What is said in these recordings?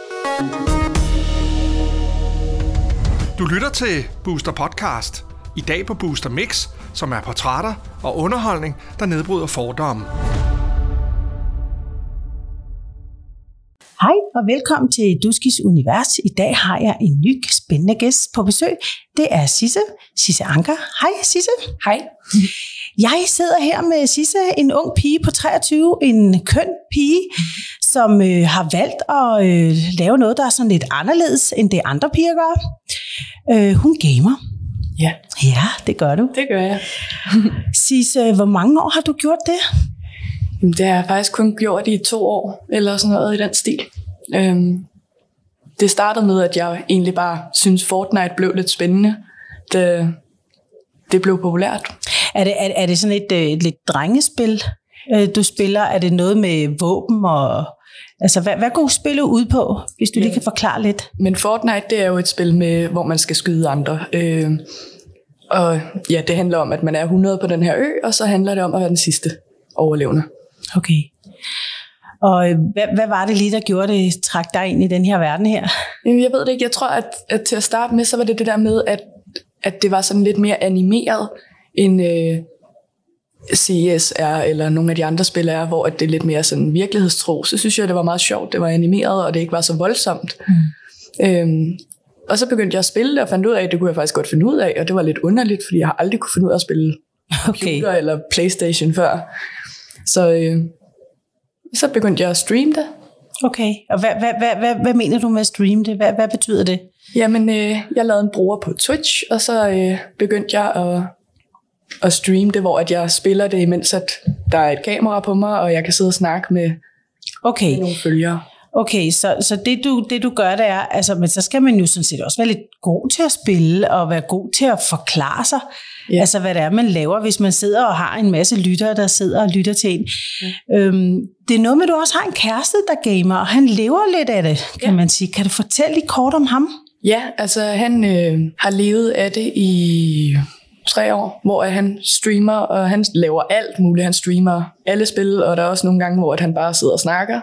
Du lytter til Booster Podcast. I dag på Booster Mix, som er portrætter og underholdning, der nedbryder fordomme. Hej og velkommen til Duskis Univers. I dag har jeg en ny spændende gæst på besøg. Det er Sisse Anker. Hej Sisse. Hej. Jeg sidder her med Sisse, en ung pige på 23, en køn pige, som har valgt at lave noget, der er sådan lidt anderledes, end det andre piger gør. Hun gamer. Ja. Ja, det gør du. Det gør jeg. Sisse, hvor mange år har du gjort det? Jamen, det har jeg faktisk kun gjort i 2 år, eller sådan noget i den stil. Det startede med, at jeg egentlig bare synes Fortnite blev lidt spændende. Det blev populært. Er det sådan et lidt drengespil, du spiller? Er det noget med våben og... Altså, hvad går spillet ud på, hvis du lige kan forklare lidt? Men Fortnite, det er jo et spil, hvor man skal skyde andre. Og ja, det handler om, at man er 100 på den her ø, og så handler det om at være den sidste overlevende. Okay. Og hvad var det lige, der gjorde det, trak dig ind i den her verden her? Jamen, jeg ved det ikke. Jeg tror, at til at starte med, så var det der med, at det var sådan lidt mere animeret end CS er, eller nogle af de andre spil er, hvor det er lidt mere sådan virkelighedstro. Så synes jeg, det var meget sjovt. Det var animeret, og det ikke var så voldsomt. Og så begyndte jeg at spille det, og fandt ud af, at det kunne jeg faktisk godt finde ud af, og det var lidt underligt, fordi jeg har aldrig kunne finde ud af at spille computer eller PlayStation før. Så begyndte jeg at streame det. Okay, og hvad mener du med at streame det? Hvad betyder det? Jamen, jeg lavede en bruger på Twitch, og så begyndte jeg at streame det, hvor at jeg spiller det, imens at der er et kamera på mig, og jeg kan sidde og snakke med nogle følgere. Okay, så det du gør, det er, altså, men så skal man jo sådan set også være lidt god til at spille, og være god til at forklare sig, altså hvad det er, man laver, hvis man sidder og har en masse lyttere, der sidder og lytter til en. Det er noget med, at du også har en kæreste, der gamer, og han lever lidt af det, kan man sige. Kan du fortælle lidt kort om ham? Ja, altså han har levet af det i 3 år, hvor han streamer, og han laver alt muligt. Han streamer alle spil, og der er også nogle gange, hvor han bare sidder og snakker.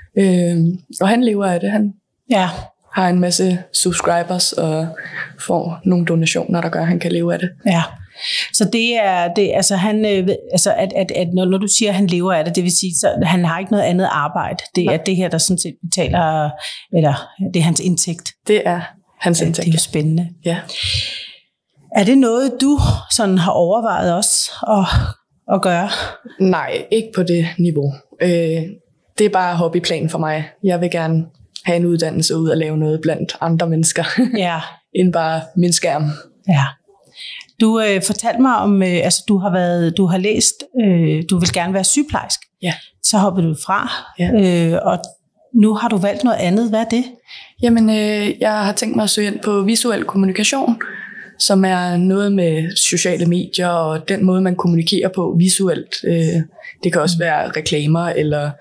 Og han lever af det. Han har en masse subscribers og får nogle donationer, der gør, at han kan leve af det. Ja. Så det er det, altså han, altså at når du siger, at han lever af det, det vil sige, så han har ikke noget andet arbejde. Det er det her, der sådan set betaler, eller det er hans indtægt. Det er hans indtægt. Det er jo spændende. Ja. Er det noget, du sådan har overvejet også at gøre? Nej, ikke på det niveau. Det er bare hobbyplan for mig. Jeg vil gerne have en uddannelse ud og lave noget blandt andre mennesker, end bare min skærm. Ja. Du fortalte mig om, altså du har læst, du vil gerne være sygeplejerske. Ja. Så hoppede du fra, og nu har du valgt noget andet. Hvad er det? Jamen, jeg har tænkt mig at søge ind på visuel kommunikation, som er noget med sociale medier og den måde, man kommunikerer på visuelt. Det kan også være reklamer eller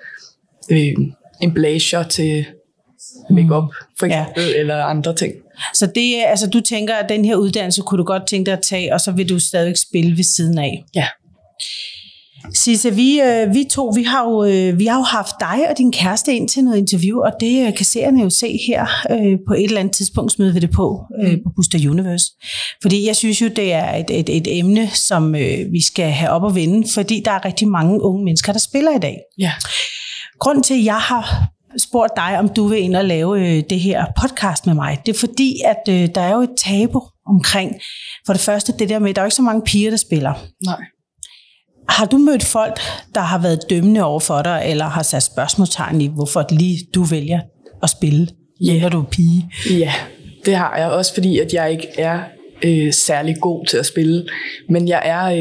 emballager til make-up, for eksempel, eller andre ting. Så det, altså, du tænker, at den her uddannelse kunne du godt tænke dig at tage, og så vil du stadig spille ved siden af? Ja. Sisse, vi to, vi har jo haft dig og din kæreste ind til noget interview, og det kan seerne jo se her på et eller andet tidspunkt, smider vi det på Booster Universe. Fordi jeg synes jo, det er et emne, som vi skal have op at vende, fordi der er rigtig mange unge mennesker, der spiller i dag. Ja. Grunden til, at jeg har spurgt dig, om du vil ind og lave det her podcast med mig, det er fordi, at der er jo et tabu omkring, for det første det der med, at der er ikke så mange piger, der spiller. Nej. Har du mødt folk, der har været dømmende over for dig, eller har sat spørgsmålstegn i, hvorfor lige du vælger at spille, når du er pige? Ja, det har jeg også, fordi at jeg ikke er særlig god til at spille, men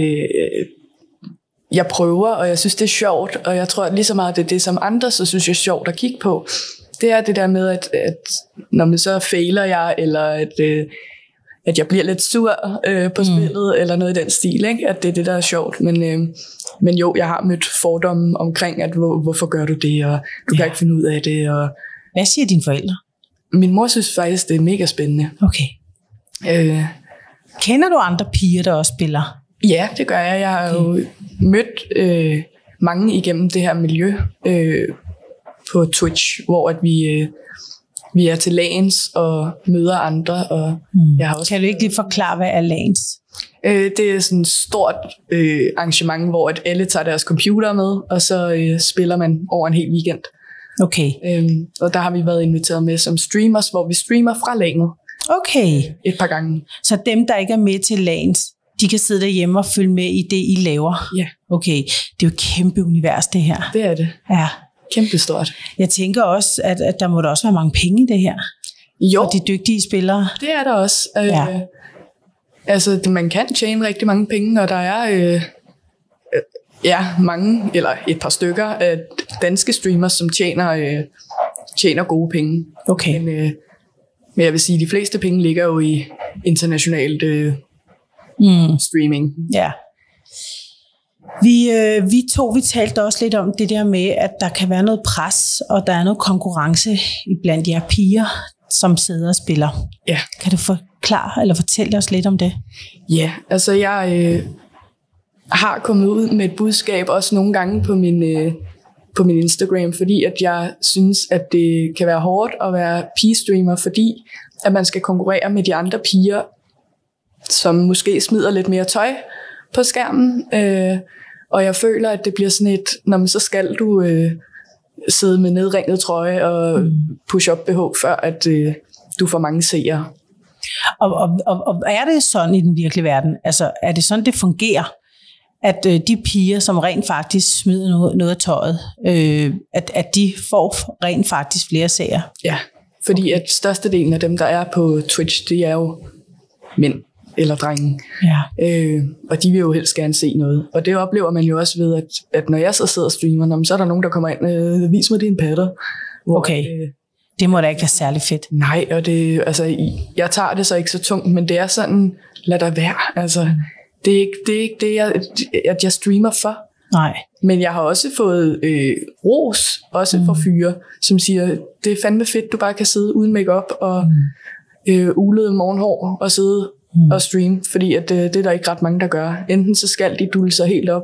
jeg prøver, og jeg synes, det er sjovt, og jeg tror, at lige så meget det er det, som andre så synes jeg er sjovt at kigge på. Det er det der med, at når man så fejler jeg, eller at jeg bliver lidt sur på spillet, eller noget i den stil, ikke? At det er det, der er sjovt. Men jo, jeg har mødt fordomme omkring, at hvorfor gør du det, og du kan ikke finde ud af det. Og hvad siger dine forældre? Min mor synes faktisk, det er mega spændende. Okay. Kender du andre piger, der også spiller? Ja, det gør jeg. Jeg har jo mødt mange igennem det her miljø på Twitch, hvor at vi er til LANs og møder andre. Og jeg har også Kan du ikke lige forklare, hvad er LANs? Det er sådan et stort arrangement, hvor at alle tager deres computer med, og så spiller man over en hel weekend. Okay. Og der har vi været inviteret med som streamers, hvor vi streamer fra LANet. Okay. Et par gange. Så dem, der ikke er med til LANs, de kan sidde derhjemme og følge med i det, I laver? Ja. Okay. Det er jo et kæmpe univers, det her. Det er det. Ja. Kæmpe stort. Jeg tænker også, at der må da også være mange penge i det her. Jo. Og de dygtige spillere. Det er der også. Ja. Altså, man kan tjene rigtig mange penge, og der er mange, eller et par stykker af danske streamers, som tjener gode penge. Okay. Men jeg vil sige, at de fleste penge ligger jo i internationalt streaming. Ja. Vi talte også lidt om det der med, at der kan være noget pres, og der er noget konkurrence blandt jer piger, som sidder og spiller. Ja. Kan du forklare eller fortælle os lidt om det? Ja, altså jeg har kommet ud med et budskab også nogle gange på min Instagram, fordi at jeg synes, at det kan være hårdt at være pigestreamer, fordi at man skal konkurrere med de andre piger, som måske smider lidt mere tøj på skærmen. Og jeg føler, at det bliver sådan et, når man så skal du sidde med nedringet trøje og push-up BH, før at du får mange seere. Og er det sådan i den virkelige verden? Altså, er det sådan, det fungerer? At de piger, som rent faktisk smider noget af tøjet, at de får rent faktisk flere seere? Ja, fordi at størstedelen af dem, der er på Twitch, det er jo mænd eller drenge. Ja. Og de vil jo helst gerne se noget. Og det oplever man jo også ved, at når jeg så sidder og streamer, så er der nogen, der kommer ind, vis mig dine patter. Okay. Det må da ikke være særlig fedt. Nej, og det, altså, jeg tager det så ikke så tungt, men det er sådan, lad der være. Altså, det er ikke det, jeg streamer for. Nej. Men jeg har også fået ros, også fra fyre, som siger, det er fandme fedt, du bare kan sidde uden makeup og ulede morgenhår og sidde og streame, fordi at, det er der ikke ret mange, der gør. Enten så skal de dulle sig helt op,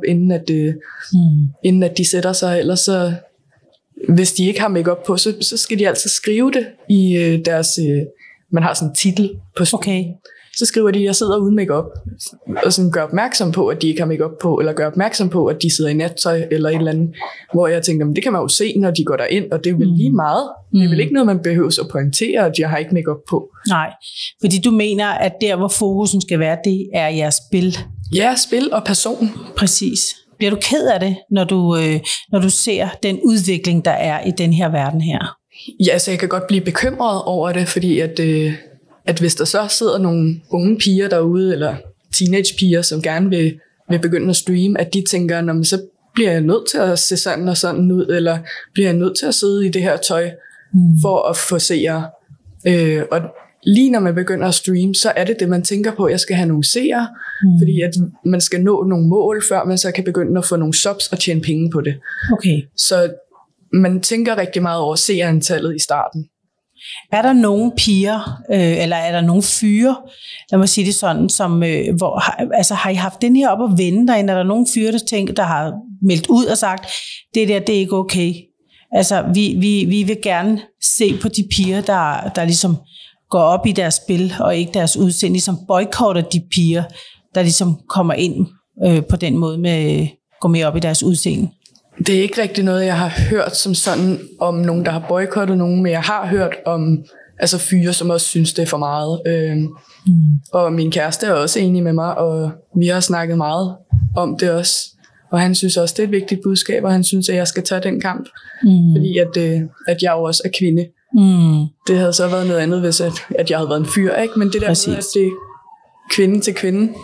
inden at de sætter sig, eller så, hvis de ikke har makeup på, så skal de altså skrive det i deres, man har sådan en titel på stream. Okay. Så skriver de, at jeg sidder uden makeup, og sådan gør opmærksom på, at de ikke har makeup på, eller gør opmærksom på, at de sidder i nattøj, eller et eller andet, hvor jeg tænker, men det kan man jo se, når de går derind, og det er vel lige meget. Det er vel ikke noget, man behøver at pointere, at jeg har ikke makeup på. Nej, fordi du mener, at der, hvor fokusen skal være, det er jeres spil. Ja, spil og person. Præcis. Bliver du ked af det, når du ser den udvikling, der er i den her verden her? Ja, så jeg kan godt blive bekymret over det, fordi at hvis der så sidder nogle unge piger derude, eller teenagepiger, som gerne vil begynde at streame, at de tænker, så bliver jeg nødt til at se sådan og sådan ud, eller bliver jeg nødt til at sidde i det her tøj, for at få seere. Og lige når man begynder at streame, så er det, man tænker på, at jeg skal have nogle seere, fordi at man skal nå nogle mål, før man så kan begynde at få nogle subs og tjene penge på det. Okay. Så man tænker rigtig meget over seerantallet i starten. Er der nogle piger, eller er der nogle fyre, lad mig sige det sådan, som, har I haft den her op at vende derinde? Er der nogle fyre, der har meldt ud og sagt, det er ikke okay? Altså, vi vil gerne se på de piger, der ligesom går op i deres spil, og ikke deres udseende, ligesom boykotter de piger, der ligesom kommer ind på den måde med gå mere op i deres udseende. Det er ikke rigtig noget, jeg har hørt som sådan om nogen, der har boykottet nogen, men jeg har hørt om fyre, som også synes, det er for meget. Og min kæreste er også enig med mig, og vi har snakket meget om det også. Og han synes også, det er et vigtigt budskab, og han synes, at jeg skal tage den kamp. Fordi at jeg jo også er kvinde. Det havde så været noget andet, hvis at jeg havde været en fyr, ikke? Men det der med, at det er kvinde til kvinde.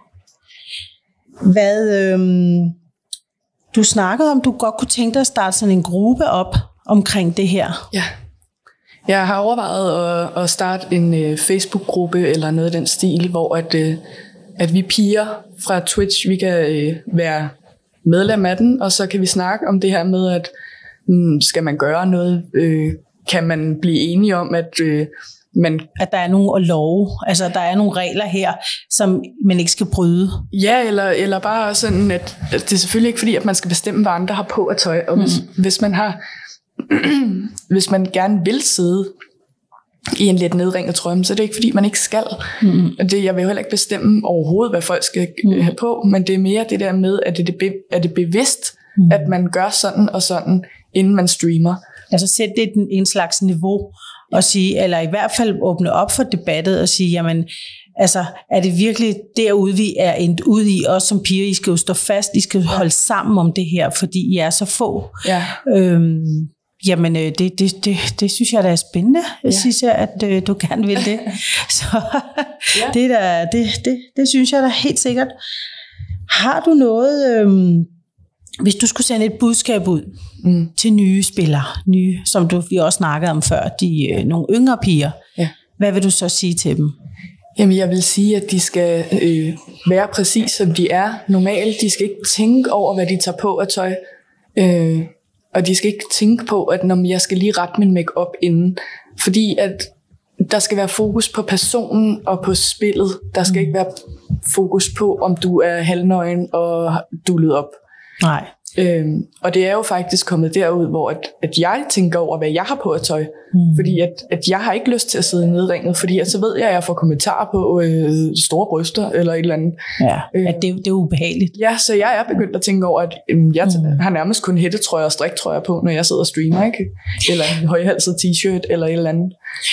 Du snakkede om, du godt kunne tænke dig at starte sådan en gruppe op omkring det her. Ja. Jeg har overvejet at starte en Facebook-gruppe eller noget af den stil, hvor at vi piger fra Twitch, vi kan være medlem af den, og så kan vi snakke om det her med, at skal man gøre noget, kan man blive enige om, at at der er nogle love, altså der er nogle regler her, som man ikke skal bryde. Ja, eller bare sådan, at det er selvfølgelig ikke fordi, at man skal bestemme, hvad andre har på af tøj. Og hvis man gerne vil sidde i en lidt nedringet trøje, så det er ikke fordi man ikke skal. Jeg vil jo heller ikke bestemme overhovedet, hvad folk skal have på, men det er mere det der med, at er det bevidst, at man gør sådan og sådan, inden man streamer. Altså sætte det en slags niveau og sige, eller i hvert fald åbne op for debattet og sige, jamen, altså, er det virkelig derude, vi er endt ud i, også som piger, I skal jo stå fast, I skal holde sammen om det her, fordi I er så få. Ja. Jamen, det synes jeg, der er spændende. Jeg synes, at du gerne vil det. Så det synes jeg da helt sikkert. Har du noget, hvis du skulle sende et budskab ud til nye spillere, som vi også snakkede om før, nogle yngre piger, hvad vil du så sige til dem? Jamen, jeg vil sige, at de skal være præcis som de er normalt. De skal ikke tænke over, hvad de tager på af tøj. Og de skal ikke tænke på, at når jeg skal lige rette min make-up inden. Fordi at der skal være fokus på personen og på spillet. Der skal ikke være fokus på, om du er halvnøgen og dullet op. Nej. Og det er jo faktisk kommet derud, hvor at jeg tænker over, hvad jeg har på af tøj. Fordi at jeg har ikke lyst til at sidde nedringet, fordi så ved jeg, at jeg får kommentarer på store bryster eller et eller andet. Ja, at det er ubehageligt. Ja, så jeg er begyndt at tænke over, at jeg har nærmest kun hættetrøjer og striktrøjer på, når jeg sidder og streamer, ikke? Eller en højhalset t-shirt eller et eller andet.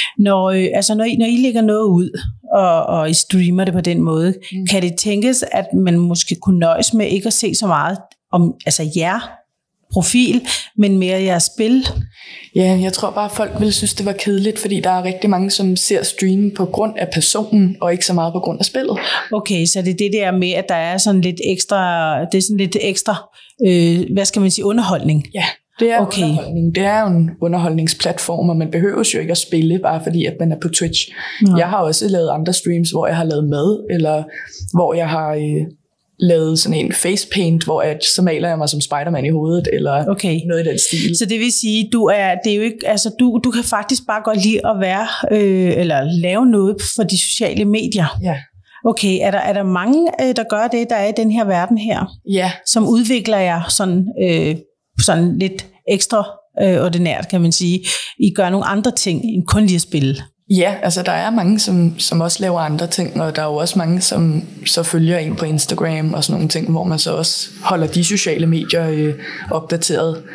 Når I lægger noget ud, og I streamer det på den måde, kan det tænkes, at man måske kunne nøjes med ikke at se så meget om jer profil, men mere jeres spil? Ja, jeg tror bare, at folk ville synes, det var kedeligt, fordi der er rigtig mange, som ser streamen på grund af personen, og ikke så meget på grund af spillet. Okay, så det er det der med, at der er sådan lidt ekstra, hvad skal man sige, underholdning? Ja, det er underholdning. Det er jo en underholdningsplatform, og man behøver jo ikke at spille, bare fordi at man er på Twitch. Ja. Jeg har også lavet andre streams, hvor jeg har lavet mad, eller hvor jeg har lavet sådan en facepaint, hvor så maler jeg mig som Spider-Man i hovedet, eller noget i den stil. Så det vil sige, det er jo ikke, altså du kan faktisk bare godt lide at være, eller lave noget for de sociale medier. Ja. Okay, er der mange, der gør det, der er i den her verden her? Ja. Som udvikler jer sådan lidt ekstra ordinært, kan man sige. I gør nogle andre ting, end kun lige at spille. Ja, altså der er mange, som også laver andre ting, og der er jo også mange, som så følger en på Instagram og sådan nogle ting, hvor man så også holder de sociale medier opdateret.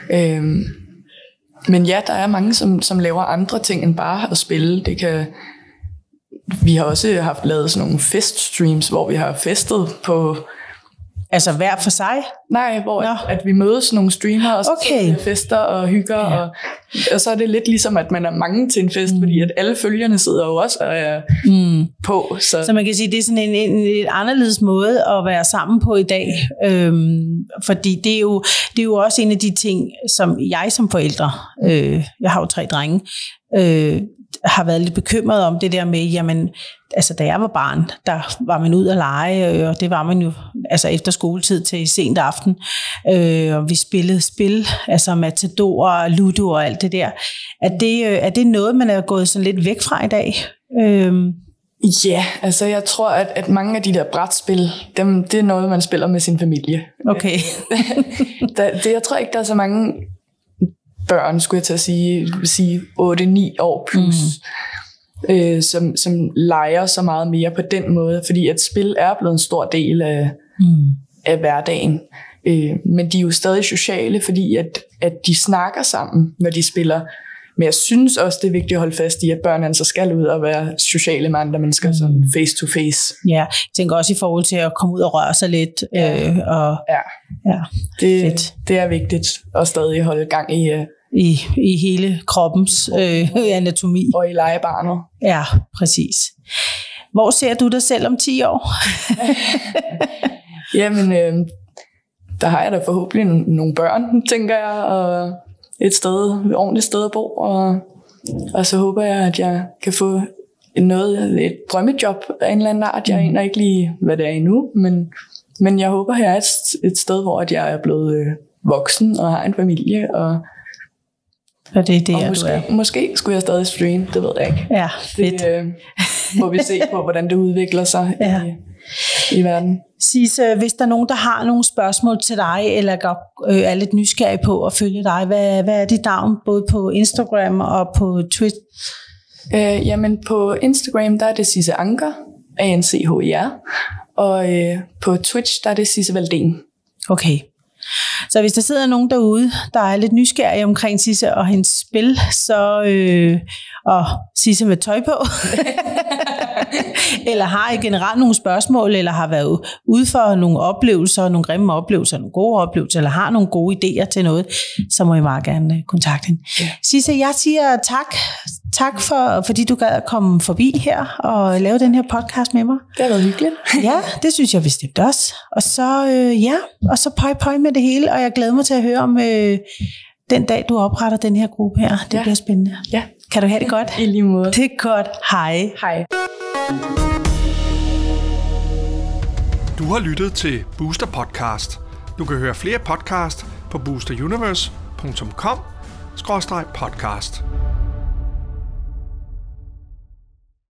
Men ja, der er mange, som laver andre ting end bare at spille. Vi har også lavet sådan nogle feststreams, hvor vi har festet på... Altså hver for sig? Nej, hvor at vi mødes nogle streamere, og så fester og hygger, og så er det lidt ligesom, at man er mange til en fest, fordi at alle følgerne sidder jo også og er på. Så man kan sige, det er sådan en lidt anderledes måde at være sammen på i dag, fordi det er jo også en af de ting, som jeg som forældre, jeg har jo 3 drenge, har været lidt bekymret om det der med, jamen, altså da jeg var barn, der var man ud at lege, og det var man jo altså efter skoletid til sent aften, og vi spillede spil, altså Matador og Ludo og alt det der. Er det noget, man er gået sådan lidt væk fra i dag? Ja, altså jeg tror, at mange af de der brætspil, det er noget, man spiller med sin familie. Okay. Jeg tror ikke, der er så mange børn, skulle jeg til at sige 8-9 år plus, som leger så meget mere på den måde, fordi at spil er blevet en stor del af hverdagen. Men de er jo stadig sociale, fordi at de snakker sammen, når de spiller. Men jeg synes også, det er vigtigt at holde fast i, at børnene så skal ud og være sociale med andre mennesker, sådan face to face. Ja, jeg tænker også i forhold til at komme ud og røre sig lidt. Det er vigtigt at stadig holde gang i hele kroppens anatomi. Og i legebarnet. Ja, præcis. Hvor ser du dig selv om 10 år? Jamen, der har jeg da forhåbentlig nogle børn, tænker jeg, og et ordentligt sted at bo, og så håber jeg, at jeg kan få et drømmejob af en eller anden art. Jeg aner ikke lige, hvad det er endnu, men jeg håber, at jeg er et sted, hvor at jeg er blevet voksen og har en familie, og måske skulle jeg stadig streame, det ved jeg ikke. Ja, fedt. Det må vi se på, hvordan det udvikler sig i verden. Sisse, hvis der er nogen, der har nogle spørgsmål til dig, eller er lidt nysgerrig på at følge dig, hvad er dit navn, både på Instagram og på Twitch? Jamen på Instagram, der er det Sisse Anker, ANCHER, og på Twitch, der er det Sisse Valdén. Okay. Så hvis der sidder nogen derude, der er lidt nysgerrige omkring Sisse og hendes spil, så og Sisse med tøj på, eller har i generelt nogle spørgsmål, eller har været ude for nogle oplevelser, nogle grimme oplevelser, nogle gode oplevelser, eller har nogle gode idéer til noget, så må I meget gerne kontakte hende. Ja. Sisse, jeg siger tak. Tak fordi du gad at komme forbi her og lave den her podcast med mig. Det har været hyggeligt. Ja, det synes jeg bestemt også. Og så, og så pøj med det hele, og jeg glæder mig til at høre om den dag, du opretter den her gruppe her. Det bliver spændende. Ja. Kan du have det godt? I lige måde. Det er godt. Hej. Hej. Du har lyttet til Booster Podcast. Du kan høre flere podcast på boosteruniverse.com/podcast.